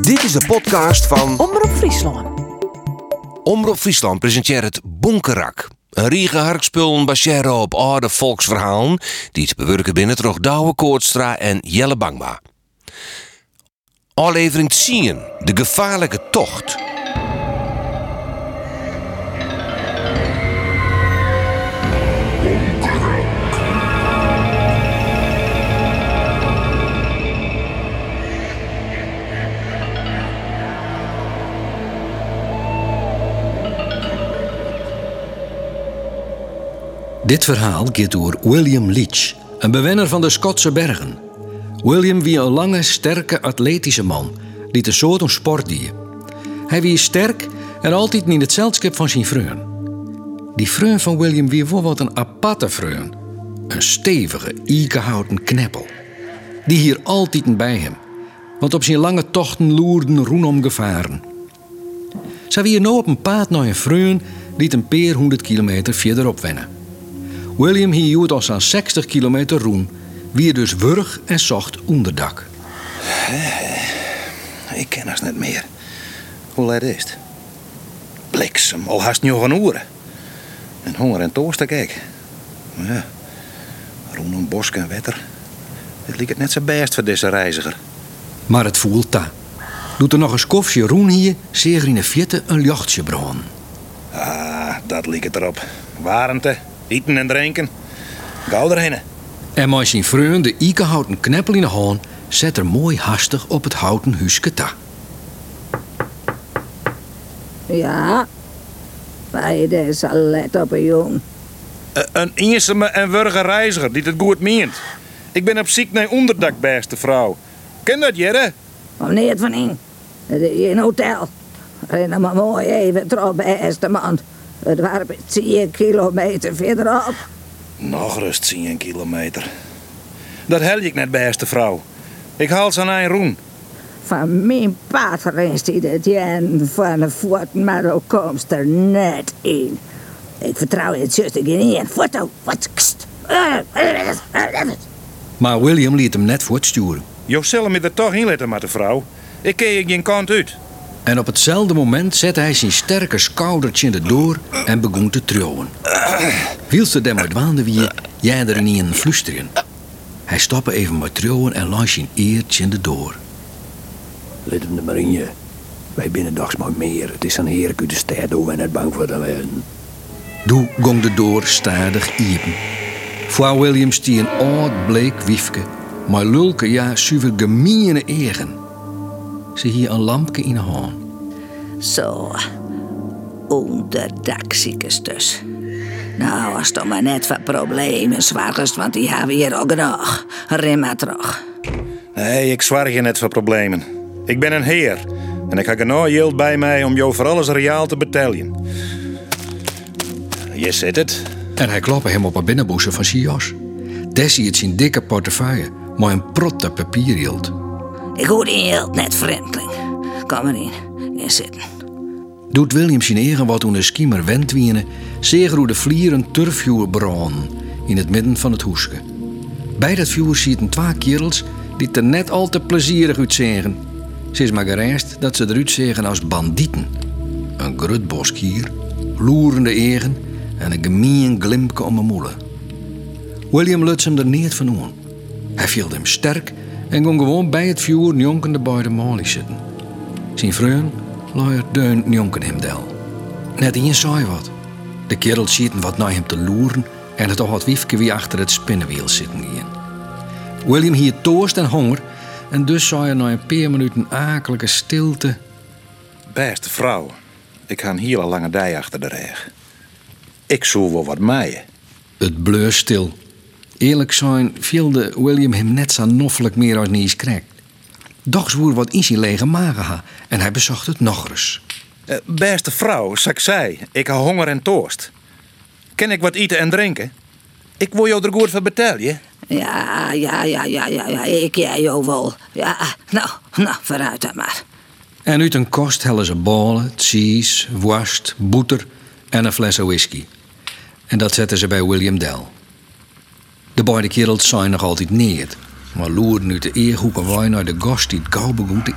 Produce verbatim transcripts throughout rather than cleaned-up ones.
Dit is de podcast van Omroep Friesland. Omroep Friesland presenteert het Bonkerak. Een riege harkspullen baseren op oude volksverhalen die te bewerken binnen door Douwe Koortstra en Jelle Bangma. Aflevering tien, de gevaarlijke tocht. Dit verhaal gaat door William Leach, een bewoner van de Schotse bergen. William was een lange, sterke, atletische man die een soort een sport deed. Hij was sterk en altijd in het gezelschap van zijn vrienden. Die vriend van William was wel wat een aparte vriend. Een stevige, iekenhouten kneppel. Die hier altijd bij hem, want op zijn lange tochten loerden roenom gevaren. Ze waren nu op een paard naar een vriend die een paar honderd kilometer verderop wennen. William hield als aan zestig kilometer roen, wie dus wurg en zocht onderdak. Ik ken het niet meer. Hoe laat is het? Bliksem, al haast nog een uur. En honger en dorst, kijk. Ja, roen en bosk en wetter. Het lijkt het net zo best voor deze reiziger. Maar het voelt ta. Doet er nog een skofje roen hier, zeer in de verte een jachtje branden. Ah, dat lijkt het erop. Warmte, eten en drinken. Gauw erheen. En met zijn vriend, de iekenhouten kneppel in de hand, zet er mooi hastig op het houten huisje ta. Ja, wij deze let op een jong. Uh, een eenzame en wurge reiziger die het goed meent. Ik ben op ziek naar onderdak, beste vrouw. Ken dat, Jerre? Om niet van in. Het is een hotel. Rennen maar mooi even terug, beste man. Het waren tien kilometer verderop. Nog rust tien kilometer. Dat hel ik net, beste vrouw. Ik haal ze aan een roen. Van mijn paard rent hij het jen van de voet, maar ook komst er net in. Ik vertrouw je het zuster geen één. Foto, wat kst. Maar William liet hem net voortsturen. Jo zal me er toch in letten, maar de vrouw. Ik keek geen kant uit. En op hetzelfde moment zette hij zijn sterke schoudertje in de door en begon te trouwen. Wiels er dan uit waande wie, jij er niet in flusteren. Hij stopte even met trouwen en las zijn eertje in de door. Let hem er maar in je. Wij binnen dags maar meer. Het is een heerlijk uit de stad door en net bang voor te werden. Doe gong de door stadig iepen. Voor William stie een oud bleek wiefke, maar lulke ja zuiver gemiene egen. Ze hier een lampje in de hand. Zo, onderdaksiekes dus. Nou, als toch maar net wat problemen zwaarst, want die hebben we hier al genoeg. Ren maar terug. Nee, ik zwaar je net voor problemen. Ik ben een heer. En ik heb genoeg geld bij mij om jou voor alles reaal te betalen. Je zit het. En hij klopte hem op een binnenboezem van zijn jas. Dessie het zijn dikke portefeuille, maar een protte papier hield. Ik hoor die heel net vreemdeling. Kom maar in, in zitten. Doet William zijn eigen wat toen de schiemer wend wienen, zeer hoe de vlier een turfvuur branden in het midden van het hoeske. Bij dat vuur zitten twee kerels die er net al te plezierig uitzegen. Ze is maar gereisd dat ze eruit zeggen als bandieten. Een grut boskier, loerende egen en een gemeen glimpje om een moelen. William luts hem er niet van aan. Hij viel hem sterk en ging gewoon bij het vuur njonkende bij de molie zitten. Zijn vriend luier deun njonken hem del. Net eens zei wat. De kerels zitten wat naar hem te loeren en het wat wiefke wie achter het spinnenwiel zitten gingen. William hier toorst en honger en dus zei hij na een paar minuten akelige stilte. Beste vrouw, ik ga een hele lange dij achter de reg. Ik zoek wel wat maaien. Het bleur stil. Eerlijk zijn vielde William hem net zo noffelijk meer als niet krijgt. Doch zwoer wat in zijn lege magen ha en hij bezocht het nog eens. Uh, beste vrouw, zak zij, ik heb honger en dorst. Ken ik wat eten en drinken? Ik wil jou er goed voor betalen. Ja, ja, ja, ja, ja, ja, ik jij jou wel. Ja, nou, nou, vooruit dan maar. En uit een kost hellen ze ballen, cheese, worst, boter en een fles whisky. En dat zetten ze bij William Dell. De beide kerels zijn nog altijd neer, maar loerden uit de eerhoek en wij naar de gast die het gauw begon te eten.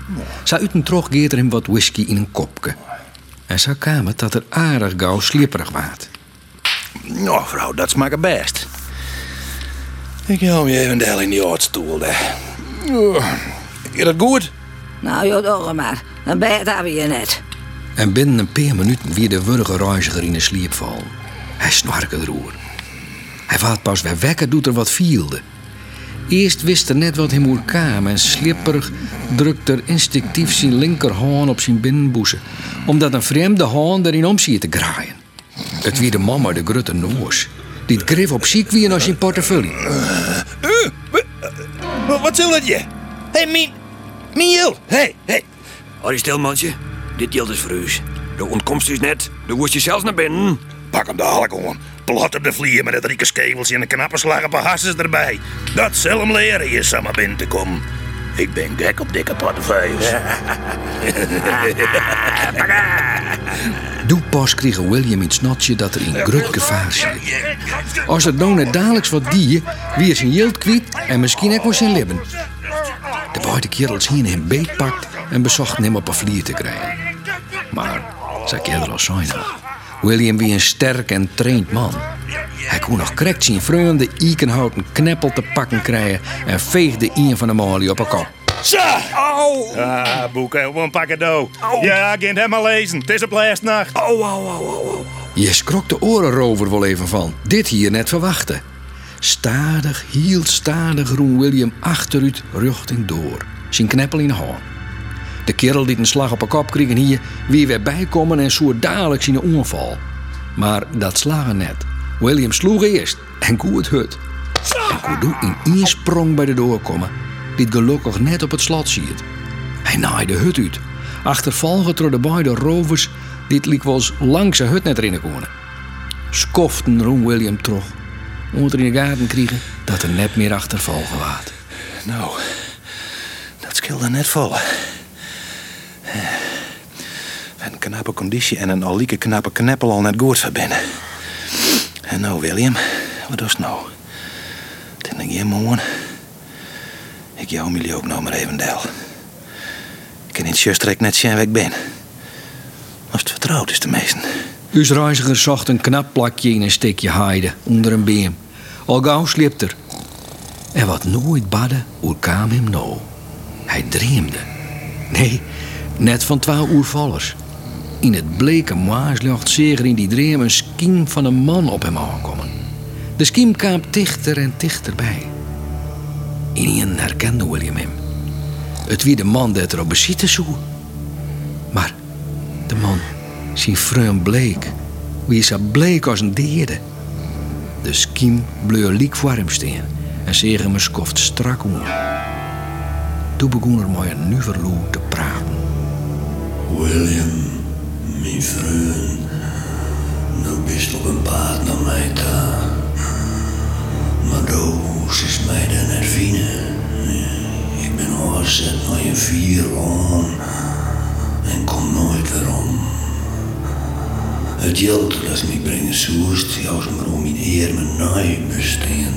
Zo uit een trog geeft er hem wat whisky in een kopje. En zo kwam het dat er aardig gauw slipperig waard. Nou, vrouw, dat smaakt best. Ik hou me even deel in die oudstoel daar. Oh, is dat goed? Nou, joh, toch maar. Een bed hebben we je net. En binnen een paar minuten weer de wurge reiziger in een sliep vallen. Hij snorkte erover. Hij waard pas weer wekken doet er wat vielde. Eerst wist er net wat hem hoe kwam en slipperig drukte er instinctief zijn linkerhand op zijn binnenboezem, omdat een vreemde hand erin om zie te graaien. Het wie de mama de grutte noos. Die het grif op ziek wie als zijn portefeuille. Uh, uh, wat zal het je? Hé, hey, mijn... Mijn Jild. Hé, hey, hé. Hey. Hou je stil, mansje. Dit Jild is voor u. De ontkomst is net. Dan hoort je zelfs naar binnen. Pak hem dadelijk gewoon. Plat op de vlier met het rieke skeveltje en een knappe slag op hasses erbij. Dat zal hem leren je samen binnen te komen. Ik ben gek op dikke portefeuilles. Doe pas kreeg William in het snotje dat er in groot gevaar zit. Als het nou net dadelijks wat die, wie is zijn Jild kwijt en misschien ook wel zijn libben. De beide kerels hier hem beetpakt en bezochten hem op een vlier te krijgen. Maar, zei kerel al zijn, William wie een sterk en traind man. Hij kon nog correct zijn vreemde eikenhouten kneppel te pakken krijgen en veegde een van de molie op een kop. Zo! Au! Ah, boeken, gewoon pak cadeau. Ja, ik kan het maar lezen. Het is op laatste nacht. Au, au, au, au, au. Je schrok de orenrover wel even van. Dit hier net verwachten. Stadig, heel stadig groen William achteruit richting door. Zijn kneppel in de hand. De kerel die een slag op een kop kreeg hier weer weer bijkomen en zo dadelijk zijn onval. Maar dat slagen net. William sloeg eerst en koe het hut. En koe doe in één sprong bij de deur komen, die gelukkig net op het slot ziet. Hij naaide de hut uit. Achtervolgd door de beide rovers, die het liek wel eens langs zijn hut net erin konden. Skoften roem William terug. Om er in de gaten kregen dat er net meer achtervolgen was. Nou, dat scheelde net vol. Een knappe conditie en een al lieke knappe kneppel al net goed verbinden. En nou, William, wat doe je nou? Ten ik je mooi. Ik jou jullie ook nog maar even deel. Ik kan in het juist net zien waar ik ben. Als het vertrouwd is, de meesten. Uw reiziger zocht een knap plakje in een stukje heide onder een beem. Al gauw slipt er. En wat nooit badde, kwam hem nou. Hij dreamde. Nee, net van twaalf oervallers. In het bleke maaslucht zeger in die dream een schiem van een man op hem aankomen. De schiem kwam dichter en dichterbij. Iedereen herkende William hem. Het wie de man dat er op bezitten zou. Maar de man, zijn vreemd bleek, wie is zo bleek als een deerde. De schiem bleur liek voor hem steen en zeeg hem een skoft strak om. Toen begon er maar een nuverloe te praten. William, mijn vriend, nou bist op een paard naar mij daar. Maar doos is mij dan net vinden. Ik ben oorzet naar je vier aan en kom nooit weer om. Het geld dat mij brengen zoest, juist maar om mijn eer mijn naai besteen.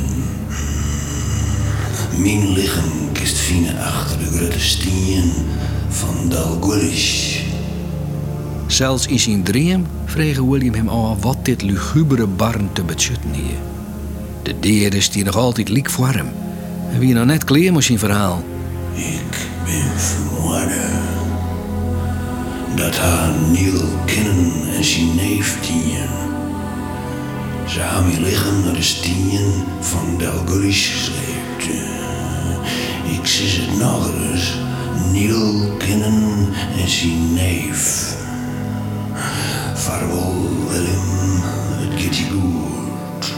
Mijn lichaam kist vinden achter de grote stien van Dalgorish. Zelfs in zijn dream vreeg William hem af wat dit lugubere barn te betjutten hier. De deerde stier nog altijd liek voor hem. En wie nog net kleer moest zijn verhaal. Ik ben vermoorden. Dat haar Niel kennen en zijn neef dienen. Ze hebben mijn lichaam naar de stien van Dalgorish gesleept. Ik zie het nog eens. Niel kennen en zijn neef. Vaarwel, Willem, het gaat je goed.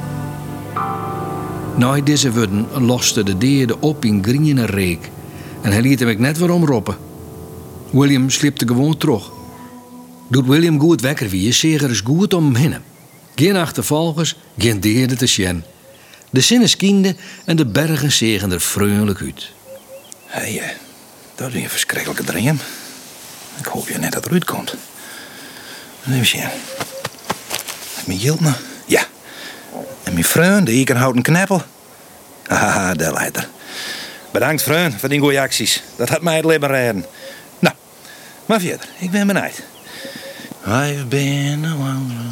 Na deze woorden loste de deerde op in griene reek. En hij liet hem ook net waarom roepen. William slipte gewoon terug. Doet William goed wekker wie, zeger is goed om hem heen. Geen achtervolgers, geen deerde te zien. De zinnen skienden en de bergen zegen er vreugelijk uit. Hé, hey, dat is een verschrikkelijke dream. Ik hoop je net dat het eruit komt. Even zien. Heb mijn Jild nog? Ja. En mijn vriend, die ik een houten kneppel. Haha, de leider. Bedankt, vriend, voor die goede acties. Dat had mij het leven redden. Nou, maar verder. Ik ben benieuwd. I've been a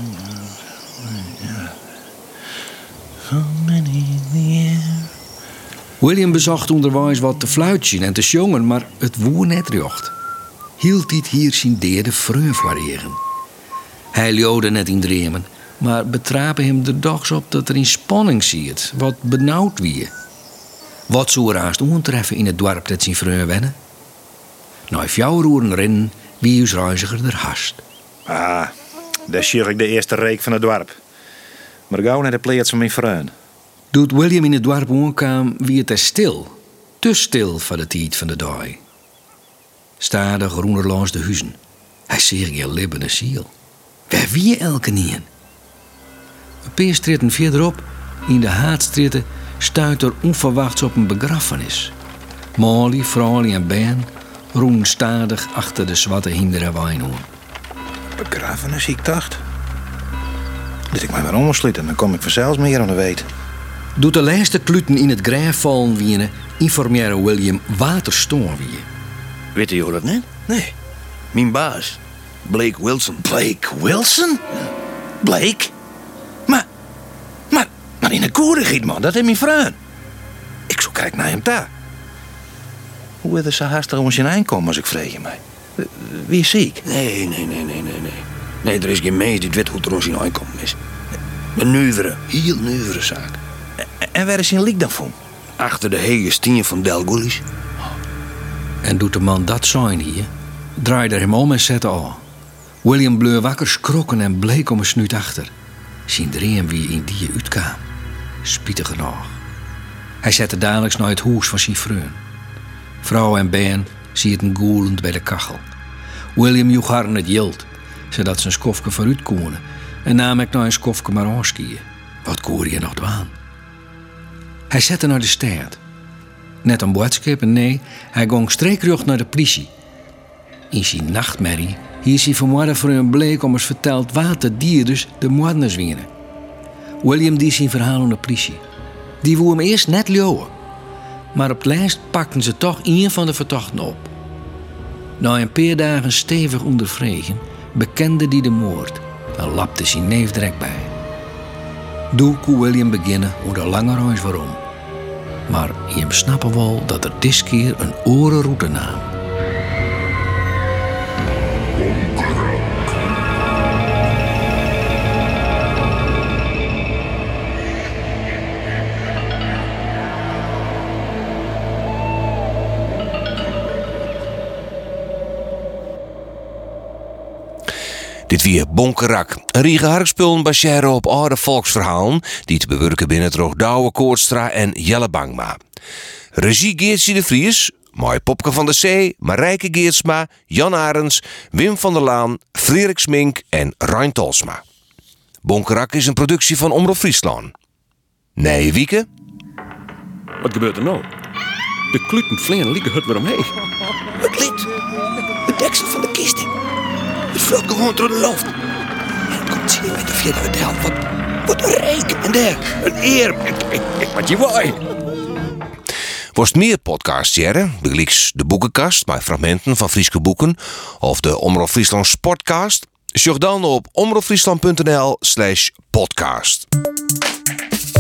so many years. William bezocht onderwijs wat te fluitjen en te jongen, maar het woer net recht. Hield dit hier zijn derde vreun variëren. Hij leeuwde net in dremen, maar betrapen hem er dags op dat er in spanning ziet, wat benauwd wie. Wat zou er haast ontreffen in het dorp dat zijn vreun wennen? Na vier uren rennen wie uw reiziger er haast. Ah, daar zie ik de eerste reek van het dorp. Maar gauw naar de plaats van mijn vriend. Doet William in het dorp aankwam, wie het er stil. Te stil voor de tijd van de dag. Stadig groener langs de huizen. Hij zeer je libbende ziel. Waar wie elke nien? Een paar stritten verderop, in de haatstritten, stuit er onverwachts op een begrafenis. Molly, Fraulie en Ben roen stadig achter de zwarte hinderen wijn aan. Begrafenis, ik dacht. Dus ik maar weer omsluiten, dan kom ik vanzelfs meer aan de weet. Doet de laatste kluten in het graf vallen wienen, informeerde William waterstoor wie. Weet je dat net? Nee. Mijn baas, Blake Wilson. Blake Wilson? Blake? Maar, maar, maar in de koerigiet, man, dat is mijn vriend. Ik zou kijken naar hem daar. Hoe is het zo haastig om zijn aankomen als ik vreeg je mij? Wie is ziek? Nee, nee, nee, nee, nee, nee. Nee, er is geen mens die weet hoe er ons in aankomen is. Een nuivere, heel nuivere zaak. En, en waar is zijn liek dan voor? Achter de hege stien van Delgullis. En doet de man dat zijn hier, draaide hem om en zette aan. William bleu wakker skrokken en bleek om een snuit achter. Zien dreem wie in die uitkwam. Spietig genoeg. Hij zette dadelijk naar het huis van zijn vriend. Vrouw en Ben zitten goelend bij de kachel. William joeg haar het jild, zodat ze een skofje vooruit konden. En nam ik naar een skofje maar aanskiën. Wat koer je nog dwaan? Hij zette naar de stad. Net een boodschap, nee, hij ging streekrucht naar de politie. In zijn nachtmerrie hier hij vanmorgen voor een bleek om eens verteld wat de dierders de moorders winnen. William die zijn verhaal aan de politie. Die wou hem eerst net leeuwen. Maar op het laatst pakten ze toch een van de verdachten op. Na een paar dagen stevig ondervregen bekende die de moord en lapte zijn neef direct bij. Doe kon William beginnen hoe de lange reis waarom. Maar je snappen wel dat er dit keer een orenroute nam. Dit weer Bonkerak. Een riege harkspullen baseren op oude volksverhalen die te bewerken binnen het Douwe Koortstra en Jelle Bangma. Regie Geertje de Vries, Mooi Popke van der Zee, Marijke Geertsma, Jan Arends, Wim van der Laan, Frederik Smink en Rijn Tolsma. Bonkerak is een productie van Omroep Friesland. Nee, Wieke? Wat gebeurt er nou? De kluten vliegen liegen het weer omheen. Het lid, het deksel van de kist. Het vloog gewoon door de lucht. En komt zeer met de vierde uit de helft. Wat, wat een rijk. En daar, een eer. Ik, ik, ik wat je waai. Worst meer podcasts jaren, begelijks de boekenkast met fragmenten van Frieske boeken of de Omroep Friesland Sportcast. Zoek dan op omroepfriesland punt n l slash podcast.